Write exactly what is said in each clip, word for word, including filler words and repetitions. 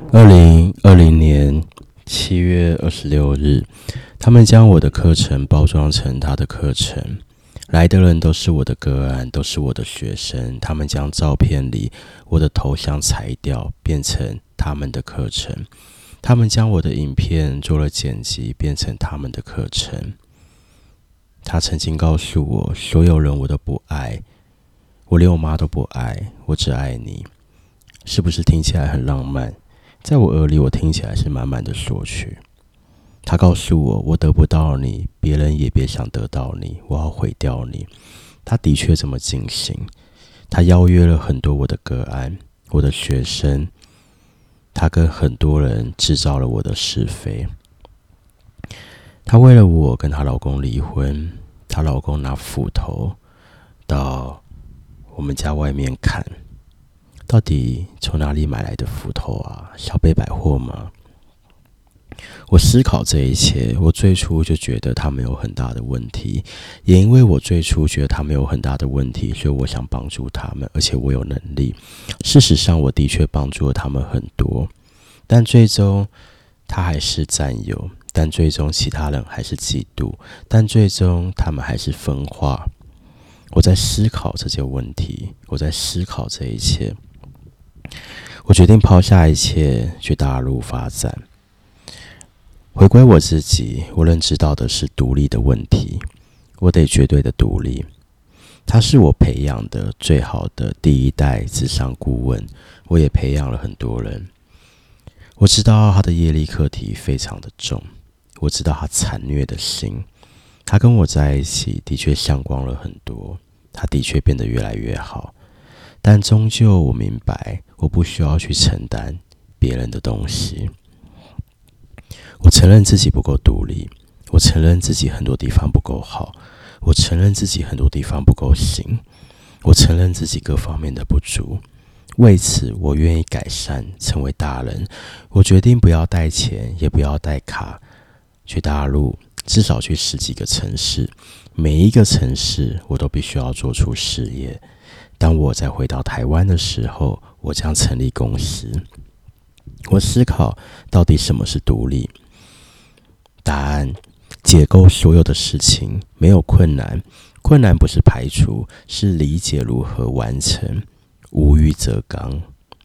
二零二零年七月二十六日，他们将我的课程包装成他的课程，来的人都是我的个案，都是我的学生。他们将照片里我的头像裁掉，变成他们的课程。他们将我的影片做了剪辑，变成他们的课程。他曾经告诉我，所有人我都不爱，我连我妈都不爱，我只爱你。是不是听起来很浪漫？在我耳里，我听起来是满满的索取。他告诉我，我得不到你，别人也别想得到你，我要毁掉你。他的确这么进行。他邀约了很多我的个案，我的学生。他跟很多人制造了我的是非。她为了我跟她老公离婚，她老公拿斧头到我们家外面砍。到底从哪里买来的斧头啊？小北百货吗？我思考这一切，我最初就觉得他们有很大的问题，也因为我最初觉得他们有很大的问题，所以我想帮助他们，而且我有能力。事实上，我的确帮助了他们很多，但最终他还是占有，但最终其他人还是嫉妒，但最终他们还是分化。我在思考这些问题，我在思考这一切。我决定抛下一切，去大陆发展，回归我自己。我认知到的是独立的问题，我得绝对的独立。他是我培养的最好的第一代諮商顾问，我也培养了很多人。我知道他的业力课题非常的重，我知道他残虐的心。他跟我在一起的确向光了很多，他的确变得越来越好。但终究我明白，我不需要去承担别人的东西。我承认自己不够独立，我承认自己很多地方不够好，我承认自己很多地方不够行，我承认自己各方面的不足。为此，我愿意改善，成为大人。我决定不要带钱，也不要带卡，去大陆，至少去十几个城市。每一个城市，我都必须要做出事业。当我再回到台湾的时候，我将成立公司。我思考到底什么是独立？答案：解构所有的事情，没有困难。困难不是排除，是理解如何完成。无欲则刚。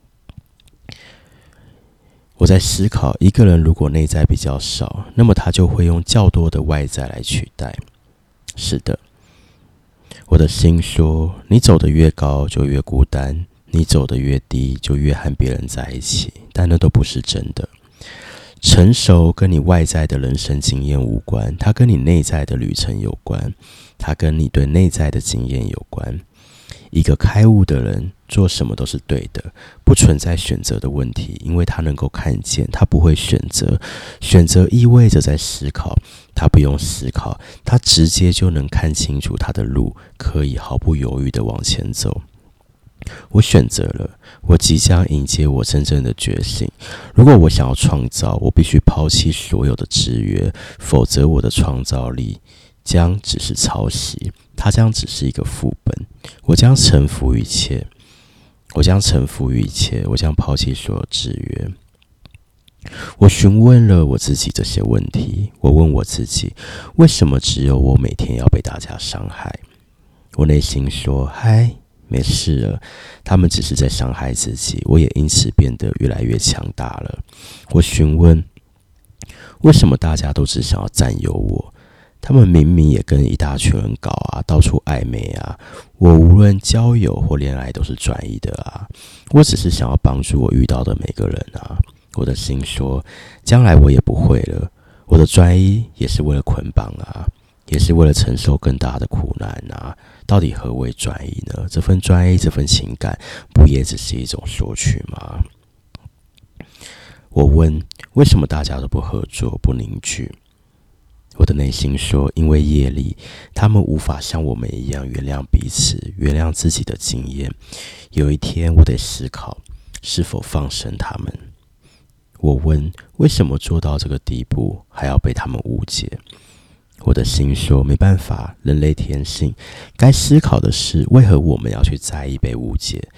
我在思考，一个人如果内在比较少，那么他就会用较多的外在来取代。是的。我的心说，你走得越高就越孤单，你走得越低就越和别人在一起，但那都不是真的。成熟跟你外在的人生经验无关，它跟你内在的旅程有关，它跟你对内在的经验有关。一个开悟的人做什么都是对的，不存在选择的问题，因为他能够看见，他不会选择。选择意味着在思考，他不用思考，他直接就能看清楚他的路，可以毫不犹豫地往前走。我选择了，我即将迎接我真正的觉醒。如果我想要创造，我必须抛弃所有的制约，否则我的创造力将只是抄袭，它将只是一个副本。我将臣服于一切，我将臣服于一切，我将抛弃所有制约。我询问了我自己这些问题，我问我自己，为什么只有我每天要被大家伤害？我内心说，嗨，没事了，他们只是在伤害自己，我也因此变得越来越强大了。我询问，为什么大家都只想要占有我？他们明明也跟一大群人搞啊，到处暧昧啊。我无论交友或恋爱都是专一的啊。我只是想要帮助我遇到的每个人啊。我的心说，将来我也不会了。我的专一也是为了捆绑啊，也是为了承受更大的苦难啊。到底何谓专一呢？这份专一，这份情感，不也只是一种索取吗？我问，为什么大家都不合作、不凝聚？我的内心说，因为业力，他们无法像我们一样原谅彼此，原谅自己的经验。有一天，我得思考是否放生他们。我问，为什么做到这个地步，还要被他们误解？我的心说，没办法，人类天性。该思考的是，为何我们要去在意被误解？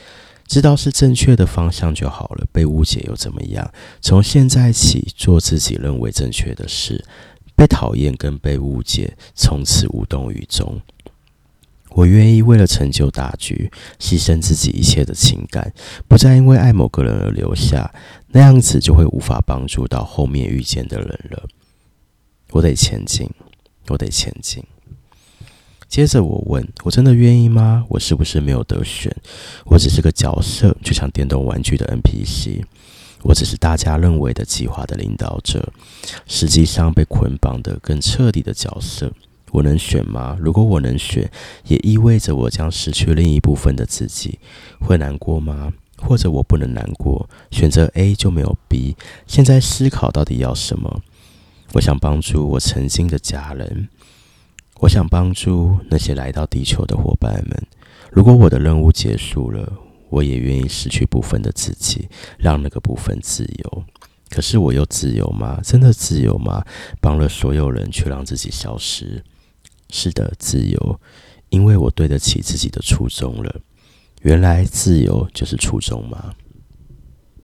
知道是正确的方向就好了，被误解又怎么样？从现在起，做自己认为正确的事，被讨厌跟被误解，从此无动于衷。我愿意为了成就大局，牺牲自己一切的情感，不再因为爱某个人而留下，那样子就会无法帮助到后面遇见的人了。我得前进，我得前进。接着我问，我真的愿意吗？我是不是没有得选？我只是个角色，就像电动玩具的 N P C， 我只是大家认为的计划的领导者，实际上被捆绑的更彻底的角色。我能选吗？如果我能选，也意味着我将失去另一部分的自己，会难过吗？或者我不能难过，选择 A 就没有 B， 现在思考到底要什么？我想帮助我曾经的家人，我想帮助那些来到地球的伙伴们。如果我的任务结束了，我也愿意失去部分的自己，让那个部分自由。可是我又自由吗？真的自由吗？帮了所有人，却让自己消失。是的，自由，因为我对得起自己的初衷了。原来自由就是初衷吗？